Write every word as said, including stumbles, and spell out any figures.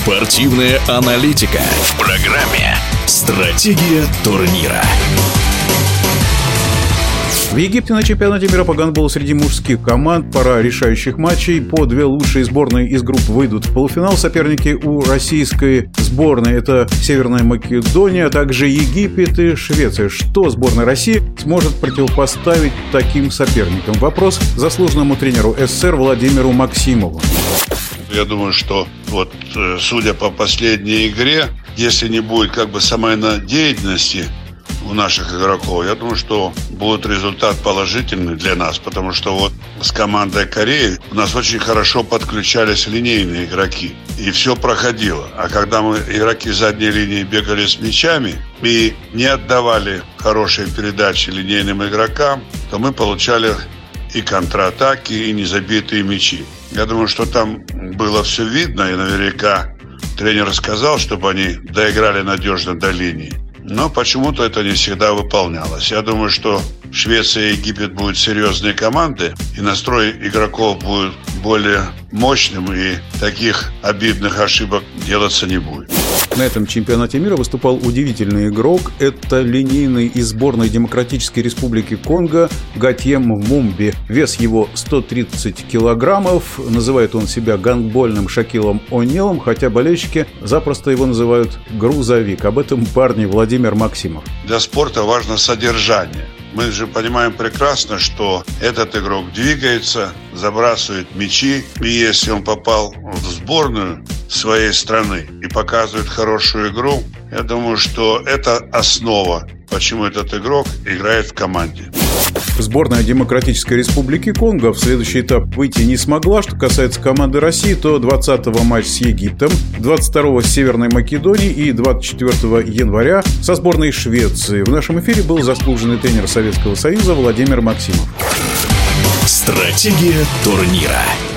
Спортивная аналитика в программе «Стратегия турнира». В Египте на чемпионате мира по гандболу среди мужских команд пара решающих матчей. По две лучшие сборные из групп выйдут в полуфинал. Соперники у российской сборной — это Северная Македония, а также Египет и Швеция. Что сборная России сможет противопоставить таким соперникам? Вопрос заслуженному тренеру СССР Владимиру Максимову. Я думаю, что вот судя по последней игре, если не будет как бы самонадеянности у наших игроков, я думаю, что будет результат положительный для нас, потому что вот с командой Кореи у нас очень хорошо подключались линейные игроки, и все проходило. А когда мы, игроки задней линии, бегали с мячами и не отдавали хорошие передачи линейным игрокам, то мы получали и контратаки, и незабитые мячи. Я думаю, что там было все видно, и наверняка тренер сказал, чтобы они доиграли надежно до линии. Но почему-то это не всегда выполнялось. Я думаю, что Швеция и Египет будут серьезные команды, и настрой игроков будет более мощным, и таких обидных ошибок делаться не будет. На этом чемпионате мира выступал удивительный игрок. Это линейный из сборной Демократической Республики Конго Гатьем Мумби. Вес его сто тридцать килограммов. Называет он себя гандбольным Шакилом О'Нилом, хотя болельщики запросто его называют грузовик. Об этом парне Владимир Максимов. Для спорта важно содержание. Мы же понимаем прекрасно, что этот игрок двигается, забрасывает мячи, и если он попал в сборную своей страны и показывает хорошую игру, я думаю, что это основа, почему этот игрок играет в команде. Сборная Демократической Республики Конго в следующий этап выйти не смогла. Что касается команды России, то двадцатого матч с Египтом, двадцать второго с Северной Македонией и двадцать четвертого января со сборной Швеции. В нашем эфире был заслуженный тренер Советского Союза Владимир Максимов. Стратегия турнира.